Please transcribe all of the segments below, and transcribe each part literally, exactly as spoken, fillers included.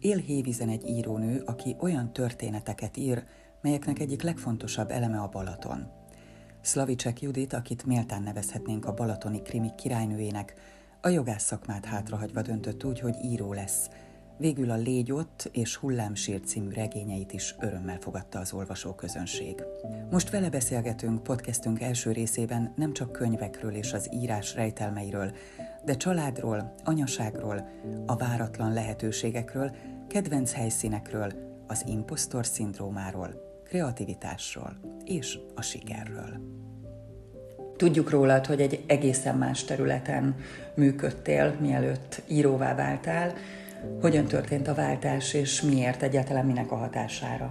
Él Hévízen egy írónő, aki olyan történeteket ír, melyeknek egyik legfontosabb eleme a Balaton. Szlavicek Judit, akit méltán nevezhetnénk a balatoni krimi királynőjének, a jogász szakmát hátrahagyva döntött úgy, hogy író lesz. Végül a Légy ott és Hullámsír című regényeit is örömmel fogadta az olvasóközönség. Most vele beszélgetünk podcastünk első részében nem csak könyvekről és az írás rejtelmeiről, de családról, anyaságról, a váratlan lehetőségekről, kedvenc helyszínekről, az imposztor szindrómáról, kreativitásról és a sikerről. Tudjuk rólad, hogy egy egészen más területen működtél, mielőtt íróvá váltál. Hogyan történt a váltás, és miért, egyáltalán minek a hatására?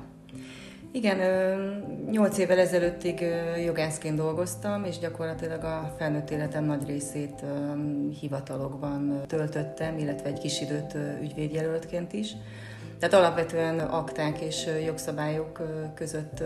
Igen, nyolc évvel ezelőttig jogászként dolgoztam, és gyakorlatilag a felnőtt életem nagy részét hivatalokban töltöttem, illetve egy kis időt ügyvédjelöltként is. Tehát alapvetően akták és jogszabályok között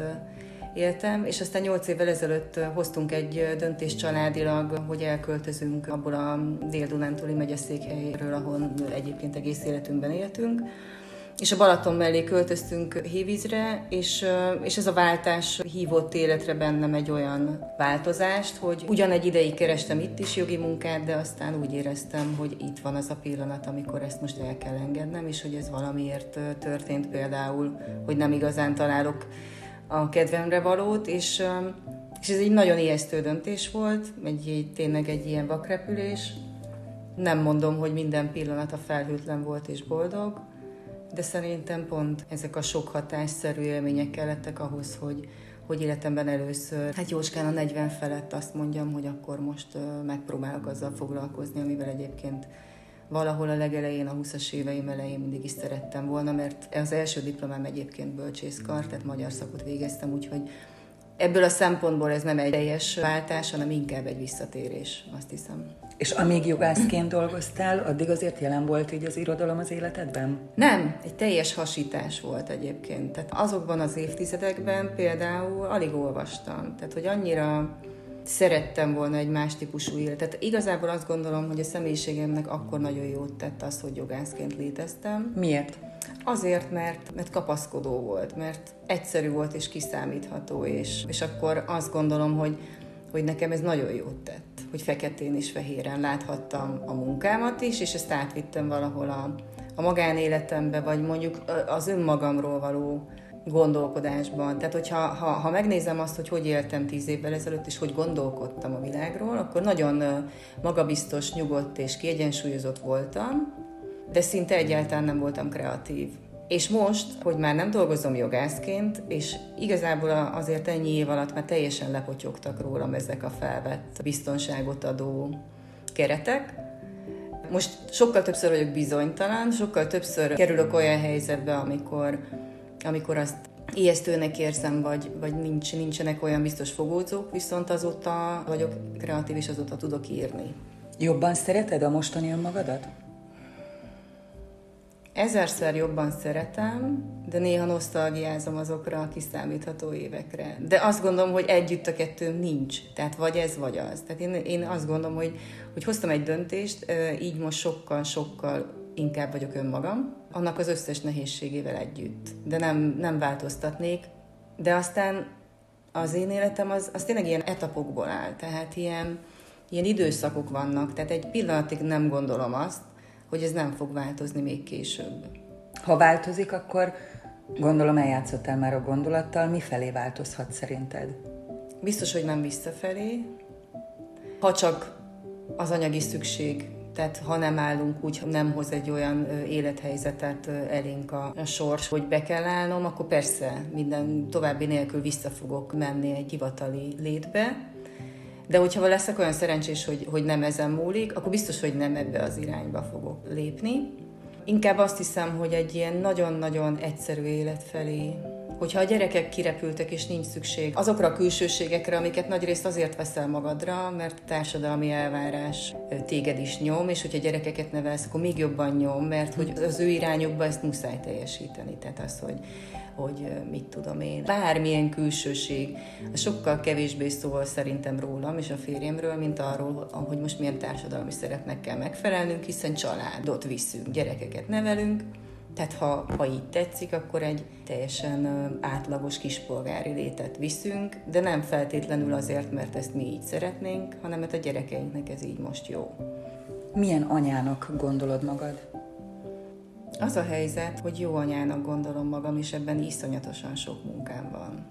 éltem, és aztán nyolc évvel ezelőtt hoztunk egy döntést családilag, hogy elköltözünk abból a Dél-Dunántúli megyeszékhelyről, ahol egyébként egész életünkben éltünk. És a Balaton mellé költöztünk Hévízre, és, és ez a váltás hívott életre bennem egy olyan változást, hogy ugyan egy ideig kerestem itt is jogi munkát, de aztán úgy éreztem, hogy itt van az a pillanat, amikor ezt most el kell engednem, és hogy ez valamiért történt például, hogy nem igazán találok a kedvemre valót, és, és ez egy nagyon ijesztő döntés volt, egy, egy, tényleg egy ilyen vakrepülés. Nem mondom, hogy minden pillanat a felhőtlen volt és boldog, de szerintem pont ezek a sok hatásszerű élmények kellettek ahhoz, hogy, hogy életemben először, hát jócskán a negyven felett azt mondjam, hogy akkor most megpróbálok azzal foglalkozni, amivel egyébként valahol a legelején, a huszas éveim elején mindig is szerettem volna, mert az első diplomám egyébként bölcsészkar, tehát magyar szakot végeztem, úgyhogy ebből a szempontból ez nem egy teljes váltás, hanem inkább egy visszatérés, azt hiszem. És amíg jogászként dolgoztál, addig azért jelen volt így az irodalom az életedben? Nem, egy teljes hasítás volt egyébként. Tehát azokban az évtizedekben például alig olvastam. Tehát, hogy annyira szerettem volna egy más típusú életet. Igazából azt gondolom, hogy a személyiségemnek akkor nagyon jót tett az, hogy jogászként léteztem. Miért? Azért, mert, mert kapaszkodó volt, mert egyszerű volt és kiszámítható, és, és akkor azt gondolom, hogy, hogy nekem ez nagyon jót tett, hogy feketén és fehéren láthattam a munkámat is, és ezt átvittem valahol a, a magánéletembe, vagy mondjuk az önmagamról való gondolkodásban. Tehát, hogyha ha, ha megnézem azt, hogy hogy éltem tíz évvel ezelőtt, és hogy gondolkodtam a világról, akkor nagyon magabiztos, nyugodt és kiegyensúlyozott voltam, de szinte egyáltalán nem voltam kreatív. És most, hogy már nem dolgozom jogászként, és igazából azért ennyi év alatt már teljesen lepotyogtak rólam ezek a felvett biztonságot adó keretek, most sokkal többször vagyok bizonytalan, sokkal többször kerülök olyan helyzetbe, amikor, amikor azt ijesztőnek érzem, vagy, vagy nincs, nincsenek olyan biztos fogódzók, viszont azóta vagyok kreatív, és azóta tudok írni. Jobban szereted a mostani önmagadat? Ezerszer jobban szeretem, de néha nosztalgiázom azokra a kiszámítható évekre. De azt gondolom, hogy együtt a kettő nincs. Tehát vagy ez, vagy az. Tehát én, én azt gondolom, hogy, hogy hoztam egy döntést, így most sokkal-sokkal inkább vagyok önmagam, annak az összes nehézségével együtt. De nem, nem változtatnék. De aztán az én életem az, az tényleg ilyen etapokból áll. Tehát ilyen, ilyen időszakok vannak. Tehát egy pillanatig nem gondolom azt, hogy ez nem fog változni még később. Ha változik, akkor gondolom eljátszottál már a gondolattal, mifelé változhat szerinted? Biztos, hogy nem visszafelé, ha csak az anyagi szükség, tehát ha nem állunk úgy, nem hoz egy olyan élethelyzetet elénk a, a sors, hogy be kell állnom, akkor persze minden további nélkül vissza fogok menni egy hivatali létbe. De hogyha leszek olyan szerencsés, hogy, hogy nem ezen múlik, akkor biztos, hogy nem ebbe az irányba fogok lépni. Inkább azt hiszem, hogy egy ilyen nagyon-nagyon egyszerű élet felé, hogyha a gyerekek kirepültek és nincs szükség azokra a külsőségekre, amiket nagyrészt azért veszel magadra, mert társadalmi elvárás téged is nyom, és hogyha gyerekeket nevelsz, akkor még jobban nyom, mert hogy az ő irányukba ezt muszáj teljesíteni. Tehát az, hogy hogy mit tudom én. Bármilyen külsőség, sokkal kevésbé szól szerintem rólam és a férjemről, mint arról, hogy most milyen társadalmi szerepnek kell megfelelnünk, hiszen családot viszünk, gyerekeket nevelünk, Tehát ha, ha így tetszik, akkor egy teljesen átlagos kispolgári létet viszünk, de nem feltétlenül azért, mert ezt mi így szeretnénk, hanem mert a gyerekeinknek ez így most jó. Milyen anyának gondolod magad? Az a helyzet, hogy jó anyának gondolom magam, és ebben iszonyatosan sok munkám van.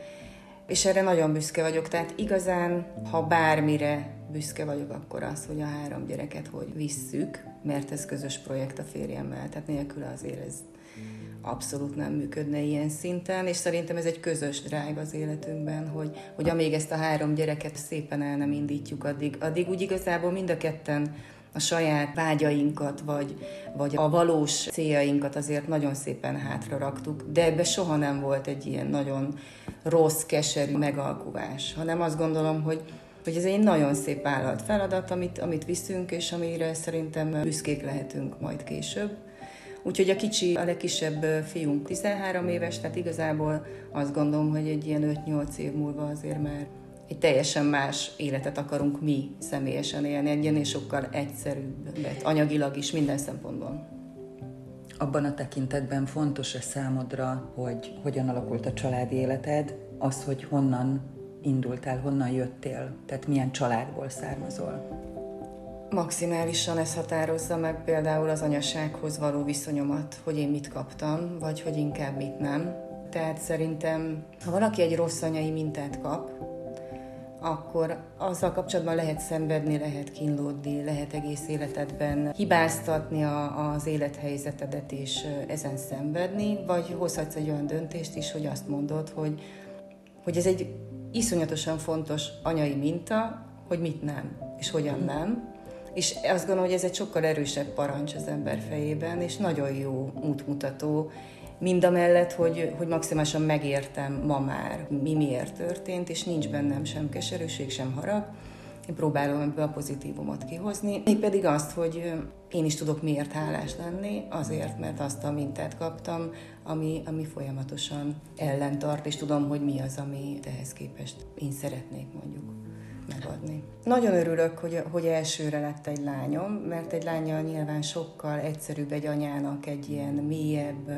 És erre nagyon büszke vagyok, tehát igazán, ha bármire büszke vagyok, akkor az, hogy a három gyereket hogy visszük, mert ez közös projekt a férjemmel, tehát nélküle azért ez abszolút nem működne ilyen szinten, és szerintem ez egy közös drive az életünkben, hogy, hogy amíg ezt a három gyereket szépen el nem indítjuk, addig, addig úgy igazából mind a ketten a saját vágyainkat, vagy, vagy a valós céljainkat azért nagyon szépen hátra raktuk, de ebbe soha nem volt egy ilyen nagyon rossz, keserű megalkuvás, hanem azt gondolom, hogy, hogy ez egy nagyon szép vállalt feladat, amit, amit viszünk, és amire szerintem büszkék lehetünk majd később. Úgyhogy a kicsi, a legkisebb fiunk tizenhárom éves, tehát igazából azt gondolom, hogy egy ilyen öt-nyolc év múlva azért már egy teljesen más életet akarunk mi személyesen élni, egy ennél sokkal egyszerűbbet, anyagilag is, minden szempontból. Abban a tekintetben fontos-e számodra, hogy hogyan alakult a családi életed, az, hogy honnan indultál, honnan jöttél, tehát milyen családból származol? Maximálisan ez határozza meg például az anyasághoz való viszonyomat, hogy én mit kaptam, vagy hogy inkább mit nem. Tehát szerintem, ha valaki egy rossz anyai mintát kap, akkor azzal kapcsolatban lehet szenvedni, lehet kínlódni, lehet egész életedben hibáztatni a, az élethelyzetedet és ezen szenvedni, vagy hozhatsz egy olyan döntést is, hogy azt mondod, hogy, hogy ez egy iszonyatosan fontos anyai minta, hogy mit nem, és hogyan nem. És azt gondolom, hogy ez egy sokkal erősebb parancs az ember fejében, és nagyon jó útmutató, mindamellett, hogy, hogy maximálisan megértem ma már, mi miért történt, és nincs bennem sem keserűség, sem harag. Én próbálom ebből a pozitívumot kihozni. Még pedig azt, hogy én is tudok miért hálás lenni, azért, mert azt a mintát kaptam, ami, ami folyamatosan ellentart, és tudom, hogy mi az, ami ehhez képest én szeretnék mondjuk megadni. Nagyon örülök, hogy, hogy elsőre lett egy lányom, mert egy lánnyal nyilván sokkal egyszerűbb egy anyának egy ilyen mélyebb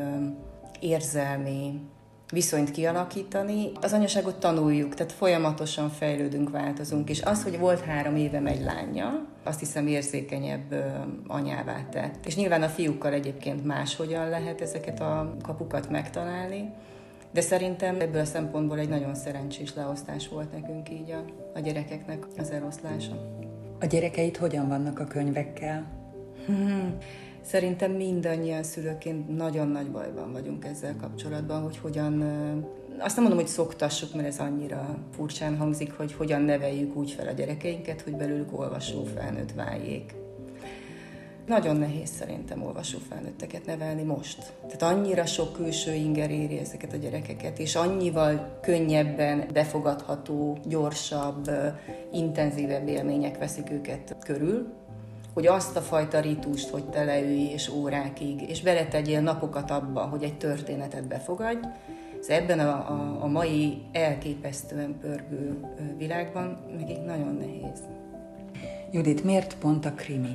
érzelmi viszonyt kialakítani. Az anyaságot tanuljuk, tehát folyamatosan fejlődünk, változunk, és az, hogy volt három évem egy lánya, azt hiszem érzékenyebb anyává tett. És nyilván a fiúkkal egyébként máshogyan lehet ezeket a kapukat megtalálni, de szerintem ebből a szempontból egy nagyon szerencsés leosztás volt nekünk így a, a gyerekeknek az eloszlása. A gyerekeid hogyan vannak a könyvekkel? Hmm. Szerintem mindannyian szülőként nagyon nagy bajban vagyunk ezzel kapcsolatban, hogy hogyan, azt nem mondom, hogy szoktassuk, mert ez annyira furcsán hangzik, hogy hogyan neveljük úgy fel a gyerekeinket, hogy belőlük olvasó felnőtt váljék. Nagyon nehéz szerintem olvasó felnőtteket nevelni most. Tehát annyira sok külső inger éri ezeket a gyerekeket, és annyival könnyebben befogadható, gyorsabb, intenzívebb élmények veszik őket körül, hogy azt a fajta ritust, hogy te leülj és órákig, és beletegyél napokat abba, hogy egy történetet befogadj, ez ebben a, a, a mai elképesztően pörgő világban nekik nagyon nehéz. Judit, miért pont a krimi?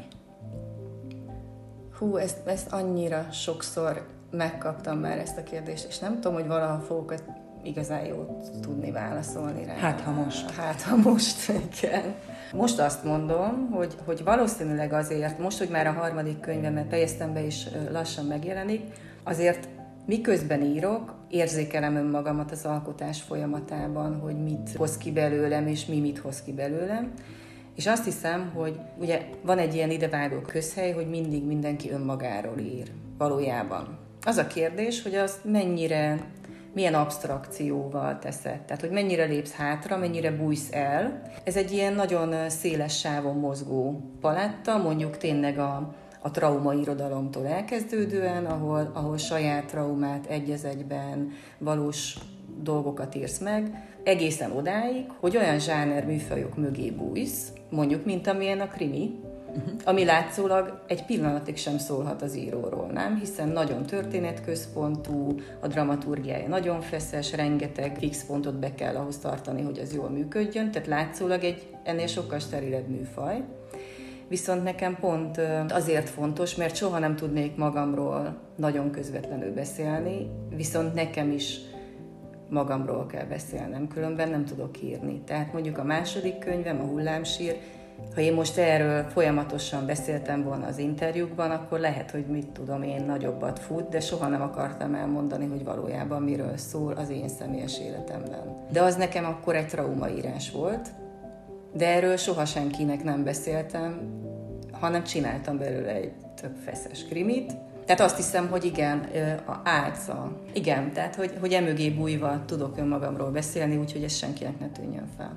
Hú, ezt, ezt annyira sokszor megkaptam már ezt a kérdést, és nem tudom, hogy valaha fogok igazán jót tudni válaszolni rá. Hát, ha most. Hát, ha most, igen. Most azt mondom, hogy, hogy valószínűleg azért, most, hogy már a harmadik könyvemet fejeztem be, és lassan megjelenik, azért miközben írok, érzékelem önmagamat az alkotás folyamatában, hogy mit hoz ki belőlem, és mi mit hoz ki belőlem. És azt hiszem, hogy ugye van egy ilyen idevágó közhely, hogy mindig mindenki önmagáról ír, valójában. Az a kérdés, hogy azt mennyire, milyen absztrakcióval teszed, tehát hogy mennyire lépsz hátra, mennyire bújsz el. Ez egy ilyen nagyon széles sávon mozgó paletta, mondjuk tényleg a, a traumairodalomtól elkezdődően, ahol, ahol saját traumát egy az egyben valós dolgokat írsz meg, egészen odáig, hogy olyan zsáner műfajok mögé bújsz, mondjuk, mint amilyen a krimi, uh-huh. ami látszólag egy pillanatig sem szólhat az íróról, nem? Hiszen nagyon történetközpontú, a dramaturgiája nagyon feszes, rengeteg fix pontot be kell ahhoz tartani, hogy az jól működjön, tehát látszólag egy ennél sokkal sterilebb műfaj. viszont nekem pont azért fontos, mert soha nem tudnék magamról nagyon közvetlenül beszélni, viszont nekem is magamról kell beszélnem, különben nem tudok írni. Tehát mondjuk a második könyvem, a Hullámsír, ha én most erről folyamatosan beszéltem volna az interjúkban, akkor lehet, hogy mit tudom én, nagyobbat fut, de soha nem akartam elmondani, hogy valójában miről szól az én személyes életemben. De az nekem akkor egy traumaírás volt, de erről soha senkinek nem beszéltem, hanem csináltam belőle egy több feszes krimit. Tehát azt hiszem, hogy igen, a álca. Igen, tehát hogy, hogy emögé bújva tudok önmagamról beszélni, úgyhogy ez senkinek ne tűnjön fel.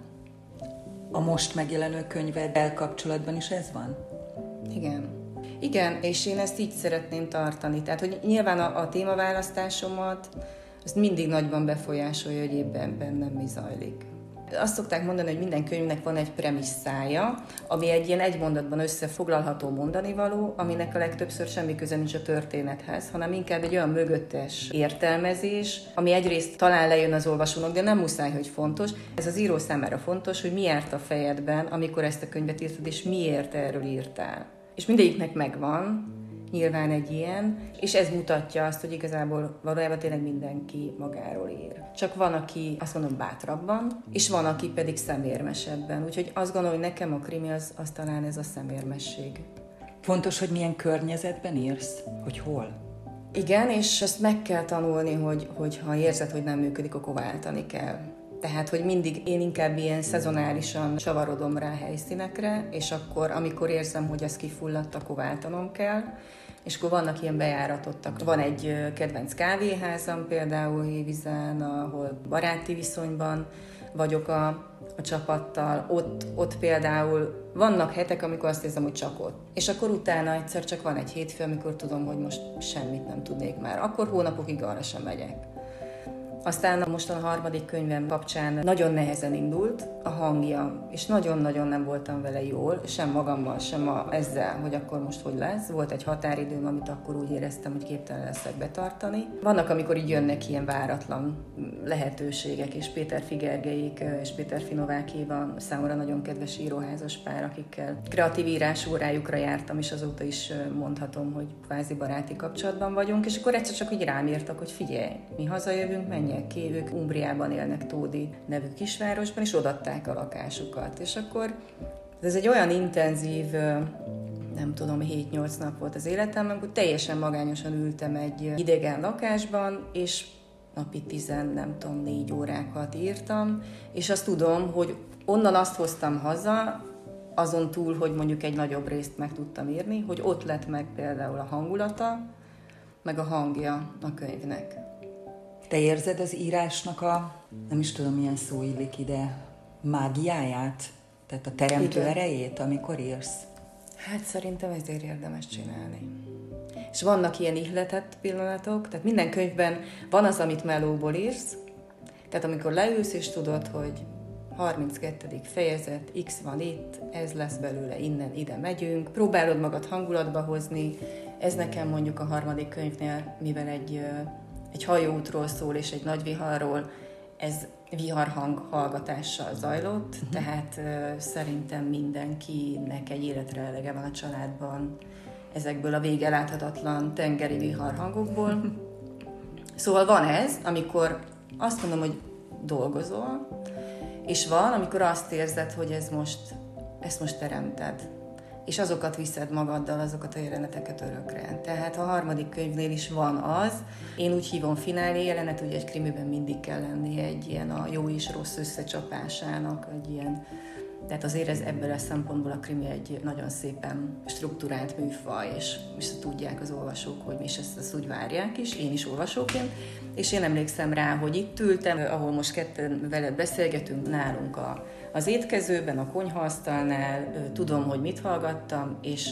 A most megjelenő könyveddel kapcsolatban is ez van? Igen. Igen, és én ezt így szeretném tartani. Tehát, hogy nyilván a, a témaválasztásomat azt mindig nagyban befolyásolja, hogy éppen bennem mi zajlik. Azt szokták mondani, hogy minden könyvnek van egy premisszája, ami egy ilyen egy mondatban összefoglalható mondanivaló, aminek a legtöbbször semmi köze nincs a történethez, hanem inkább egy olyan mögöttes értelmezés, ami egyrészt talán lejön az olvasónak, de nem muszáj, hogy fontos. Ez az író számára fontos, hogy mi járt a fejedben, amikor ezt a könyvet írtad, és miért erről írtál. És mindegyiknek megvan, nyilván egy ilyen, és ez mutatja azt, hogy igazából valójában tényleg mindenki magáról ír. Csak van, aki azt mondom bátrabban, és van, aki pedig szemérmesebben. Úgyhogy azt gondolom, hogy nekem a krimi az, az talán ez a szemérmesség. Fontos, hogy milyen környezetben írsz? Hogy hol? Igen, és ezt meg kell tanulni, hogy, hogy ha érzed, hogy nem működik, akkor váltani kell. Tehát, hogy mindig én inkább ilyen szezonálisan csavarodom rá helyszínekre, és akkor, amikor érzem, hogy ez kifulladt, akkor váltanom kell. És akkor vannak ilyen bejáratottak. Van egy kedvenc kávéházam például Hévízen, ahol baráti viszonyban vagyok a, a csapattal. Ott, ott például vannak hetek, amikor azt érzem, hogy csak ott. És akkor utána egyszer csak van egy hétfő, amikor tudom, hogy most semmit nem tudnék már. Akkor hónapokig arra sem megyek. Aztán mostan a harmadik könyvem kapcsán nagyon nehezen indult a hangja, és nagyon-nagyon nem voltam vele jól, sem magammal, sem a, ezzel, hogy akkor most hogy lesz. Volt egy határidőm, amit akkor úgy éreztem, hogy képtelen leszek betartani. Vannak, amikor így jönnek ilyen váratlan lehetőségek, és Péter Figergelyék és Péter Finovákéva számomra nagyon kedves íróházas pár, akikkel kreatív írás órájukra jártam, és azóta is mondhatom, hogy kvázi baráti kapcsolatban vagyunk, és akkor egyszer csak így rám írtak, hogy figyelj, mi hazajövünk, menj ki, ők Umbriában élnek, Tódi nevű kisvárosban, és odaadták a lakásukat. És akkor ez egy olyan intenzív, nem tudom, hét-nyolc nap volt az életemben, amikor teljesen magányosan ültem egy idegen lakásban, és napi tizen, nem tudom, négy órákat írtam, és azt tudom, hogy onnan azt hoztam haza, azon túl, hogy mondjuk egy nagyobb részt meg tudtam írni, hogy ott lett meg például a hangulata, meg a hangja a könyvnek. Te érzed az írásnak a, nem is tudom, milyen szó illik ide, mágiáját? Tehát a teremtő Igen. erejét, amikor írsz? Hát szerintem ezért érdemes csinálni. És vannak ilyen ihletett pillanatok, tehát minden könyvben van az, amit melóból írsz, tehát amikor leülsz és tudod, hogy harminckettedik fejezet, X van itt, ez lesz belőle, innen ide megyünk, próbálod magad hangulatba hozni, ez nekem mondjuk a harmadik könyvnél, mivel egy egy hajóútról szól és egy nagy viharról, ez viharhang hallgatással zajlott, uh-huh. tehát uh, szerintem mindenkinek egy életre elege van a családban ezekből a vége láthatatlan tengeri viharhangokból. Uh-huh. Szóval van ez, amikor azt mondom, hogy dolgozol, és van, amikor azt érzed, hogy ez most, ezt most teremted. És azokat viszed magaddal, azokat a jeleneteket örökre. Tehát a harmadik könyvnél is van az, én úgy hívom finálé jelenet, ugye egy krimiben mindig kell lenni egy ilyen a jó és rossz összecsapásának, egy ilyen, tehát azért ez ebből a szempontból a krimi egy nagyon szépen strukturált műfaj, és, és tudják az olvasók, hogy mi is ezt, ezt úgy várják is, én is olvasóként, és én emlékszem rá, hogy itt ültem, ahol most ketten veled beszélgetünk, nálunk a az étkezőben, a konyhaasztalnál, tudom, hogy mit hallgattam, és,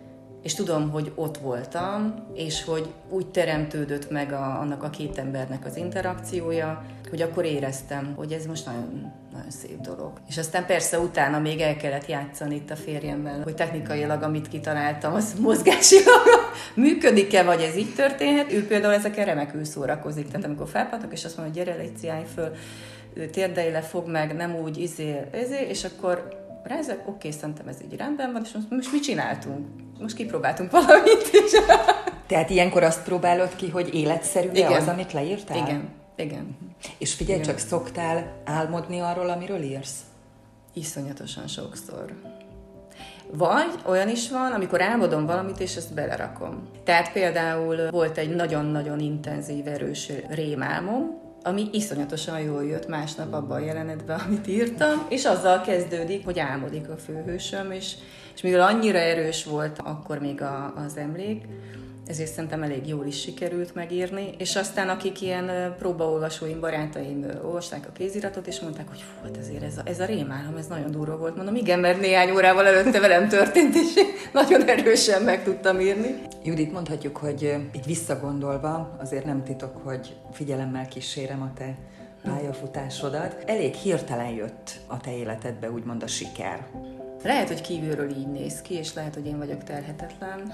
és tudom, hogy ott voltam, és hogy úgy teremtődött meg a, annak a két embernek az interakciója, hogy akkor éreztem, hogy ez most nagyon, nagyon szép dolog. És aztán persze utána még el kellett játszani itt a férjemmel, hogy technikailag, amit kitaláltam, az mozgásilag működik-e, vagy ez így történhet. Ő például ezeken remekül szórakozik, tehát amikor felpattak, és azt mondja, hogy gyere, légy, állj föl, térdelj le, fog meg, nem úgy, izé, izé, és akkor rázek, oké, szerintem ez így rendben van, és most, most mit csináltunk? Most kipróbáltunk valamit, és... Tehát ilyenkor azt próbálod ki, hogy életszerű-e az, amit leírtál? Igen, igen. És figyelj, igen. csak szoktál álmodni arról, amiről írsz? Iszonyatosan sokszor. Vagy olyan is van, amikor álmodom valamit, és ezt belerakom. Tehát például volt egy nagyon-nagyon intenzív, erős rémálmom, ami iszonyatosan jól jött másnap abban a jelenetben, amit írtam, és azzal kezdődik, hogy álmodik a főhősöm, és, és mivel annyira erős volt akkor még a, az emlék, ezért szerintem elég jól is sikerült megírni, és aztán akik ilyen próbaolvasóim, barátaim olvasták a kéziratot, és mondták, hogy fú, hát ezért ez a, ez a rémálom, ez nagyon durva volt. Mondom, igen, mert néhány órával előtte velem történt, és nagyon erősen meg tudtam írni. Judit, mondhatjuk, hogy így visszagondolva, azért nem titok, hogy figyelemmel kísérem a te pályafutásodat. Elég hirtelen jött a te életedbe, úgymond a siker. Lehet, hogy kívülről így néz ki, és lehet, hogy én vagyok terhetetlen,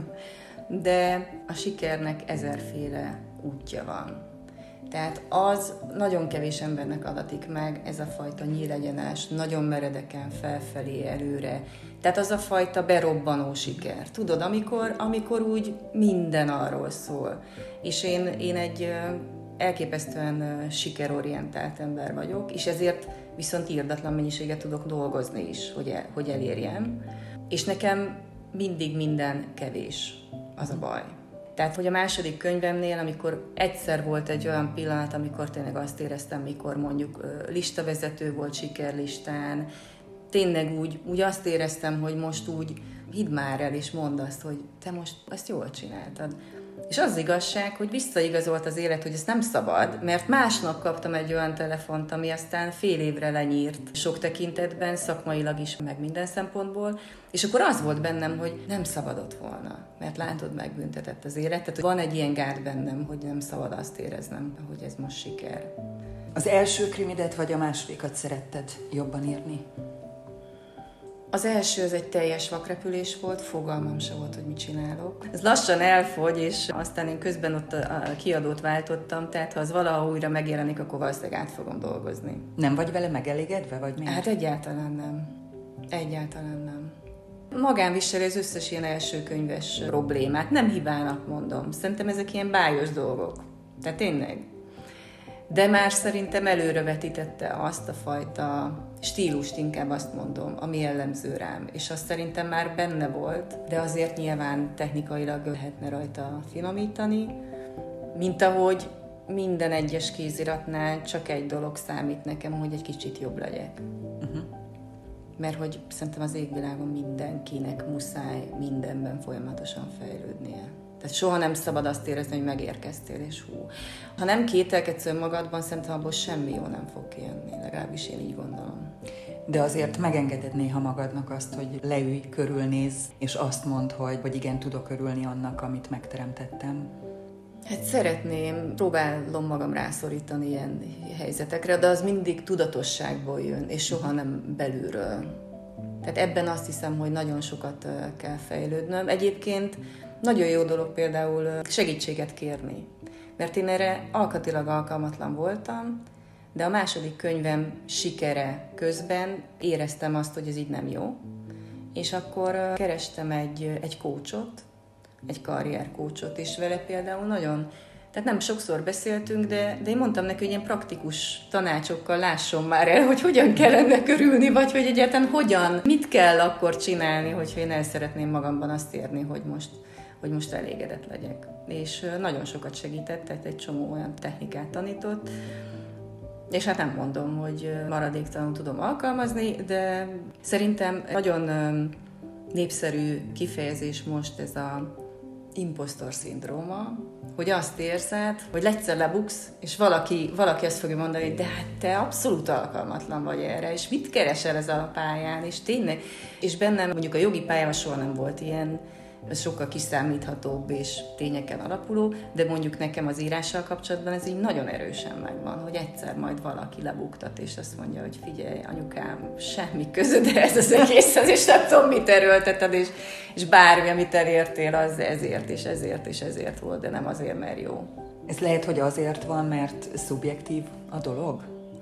de a sikernek ezerféle útja van. Tehát az nagyon kevés embernek adatik meg, ez a fajta nyílegyenes, nagyon meredeken felfelé, előre. Tehát az a fajta berobbanó siker. Tudod, amikor, amikor úgy minden arról szól. És én, én egy elképesztően sikerorientált ember vagyok, és ezért viszont irdatlan mennyiséget tudok dolgozni is, hogy, el, hogy elérjem. És nekem mindig minden kevés, az a baj. Tehát, hogy a második könyvemnél, amikor egyszer volt egy olyan pillanat, amikor tényleg azt éreztem, mikor mondjuk listavezető volt sikerlistán, tényleg úgy, úgy azt éreztem, hogy most úgy hidd már el, és mondd azt, hogy te most ezt jól csináltad. És az igazság, hogy visszaigazolt az élet, hogy ez nem szabad, mert másnap kaptam egy olyan telefont, ami aztán fél évre lenyírt sok tekintetben, szakmailag is, meg minden szempontból, és akkor az volt bennem, hogy nem szabadott volna, mert látod, megbüntetett az élet, tehát van egy ilyen gát bennem, hogy nem szabad azt éreznem, hogy ez most siker. Az első krimidet vagy a másodikat szeretted jobban írni? Az első az egy teljes vakrepülés volt, fogalmam se volt, hogy mit csinálok. Ez lassan elfogy, és aztán én közben ott a kiadót váltottam, tehát ha az valaha újra megjelenik, akkor valószínűleg át fogom dolgozni. Nem vagy vele megelégedve, vagy miért? Hát egyáltalán nem. Egyáltalán nem. Magán viseli az összes ilyen első könyves problémát. Nem hibának mondom. Szerintem ezek ilyen bájos dolgok. Tehát tényleg. De már szerintem előrevetítette azt a fajta stílust, inkább azt mondom, ami jellemző rám. És azt szerintem már benne volt, de azért nyilván technikailag lehetne rajta finomítani, mint ahogy minden egyes kéziratnál csak egy dolog számít nekem, hogy egy kicsit jobb legyek. Uh-huh. Mert hogy szerintem az égvilágon mindenkinek muszáj mindenben folyamatosan fejlődnie. Tehát soha nem szabad azt érezni, hogy megérkeztél, és hú. Ha nem kételkedsz önmagadban, szerintem abból semmi jó nem fog kijönni, legalábbis én így gondolom. De azért megengeded néha magadnak azt, hogy leülj, körülnézz, és azt mondd, hogy, hogy igen, tudok örülni annak, amit megteremtettem. Hát szeretném, próbálom magam rászorítani ilyen helyzetekre, de az mindig tudatosságból jön, és soha nem belülről. Tehát ebben azt hiszem, hogy nagyon sokat kell fejlődnöm. Egyébként nagyon jó dolog például segítséget kérni, mert én erre alkatilag alkalmatlan voltam, de a második könyvem sikere közben éreztem azt, hogy ez így nem jó, és akkor kerestem egy, egy coachot, egy karriercoachot, és vele például nagyon, tehát nem sokszor beszéltünk, de, de én mondtam neki, hogy ilyen praktikus tanácsokkal lásson már el, hogy hogyan kellene körülni, vagy hogy egyáltalán hogyan, mit kell akkor csinálni, hogyha én el szeretném magamban azt érni, hogy most hogy most elégedett legyek. És nagyon sokat segített, tehát egy csomó olyan technikát tanított, és hát nem mondom, hogy maradéktalanul tudom alkalmazni, de szerintem nagyon népszerű kifejezés most ez a impostor szindróma, hogy azt érzed, hogy egyszer lebuksz, és valaki, valaki azt fogja mondani, hogy de hát te abszolút alkalmatlan vagy erre, és mit keresel ezen a pályán, és tényleg, és bennem mondjuk a jogi pályában soha nem volt ilyen, ez sokkal kiszámíthatóbb és tényeken alapuló, de mondjuk nekem az írással kapcsolatban ez így nagyon erősen megvan, hogy egyszer majd valaki lebuktat, és azt mondja, hogy figyelj, anyukám, semmi közöd ez az egészhez, és nem tudom, mit erőlteted, és, és bármi, amit elértél, az ezért, és ezért, és ezért volt, de nem azért, mert jó. Ez lehet, hogy azért van, mert szubjektív a dolog?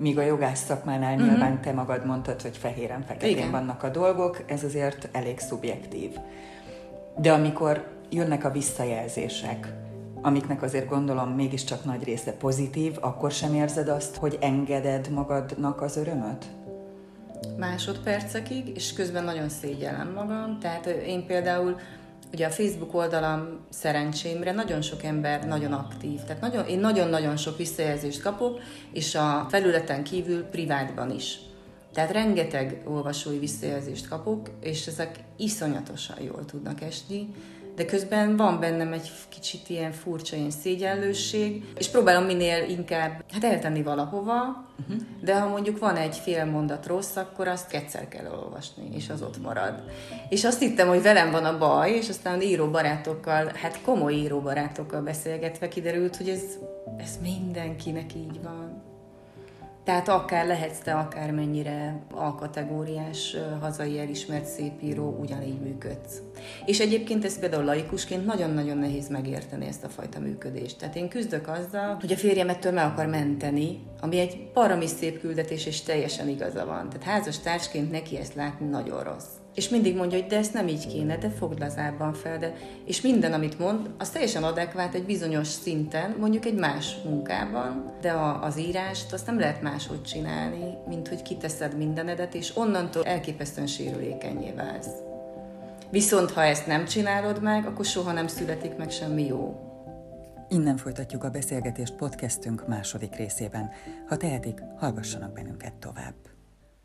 míg a jogász szakmánál mm-hmm. nyilván te magad mondtad, hogy fehéren-feketén Igen. vannak a dolgok, ez azért elég szubjektív. De amikor jönnek a visszajelzések, amiknek azért gondolom mégiscsak nagy része pozitív, akkor sem érzed azt, hogy engeded magadnak az örömöt? Másodpercekig, és közben nagyon szégyellem magam. Tehát én például, ugye a Facebook oldalam szerencsémre nagyon sok ember nagyon aktív. Tehát nagyon, én nagyon-nagyon sok visszajelzést kapok, és a felületen kívül privátban is. Tehát rengeteg olvasói visszajelzést kapok, és ezek iszonyatosan jól tudnak esni, de közben van bennem egy kicsit ilyen furcsa ilyen szégyellősség, és próbálom minél inkább hát eltenni valahova, uh-huh. de ha mondjuk van egy fél mondat rossz, akkor azt kétszer kell olvasni, és az ott marad. És azt hittem, hogy velem van a baj, és aztán íróbarátokkal, hát komoly íróbarátokkal beszélgetve kiderült, hogy ez, ez mindenkinek így van. Tehát akár lehetsz te akármennyire A-kategóriás, hazai elismert szépíró, ugyanígy működsz. És egyébként ez például laikusként nagyon-nagyon nehéz megérteni ezt a fajta működést. Tehát én küzdök azzal, hogy a férjem ettől meg akar menteni, ami egy baromi szép küldetés, és teljesen igaza van. Tehát házas társként neki ezt látni nagyon rossz. És mindig mondja, hogy de ezt nem így kéne, de fogd lazábban fel, de... És minden, amit mond, az teljesen adekvát egy bizonyos szinten, mondjuk egy más munkában, de a, az írást azt nem lehet máshogy csinálni, mint hogy kiteszed mindenedet, és onnantól elképesztően sérülékennyé válsz. Viszont ha ezt nem csinálod meg, akkor soha nem születik meg semmi jó. Innen folytatjuk a beszélgetést podcastünk második részében. Ha tehetik, hallgassanak bennünket tovább.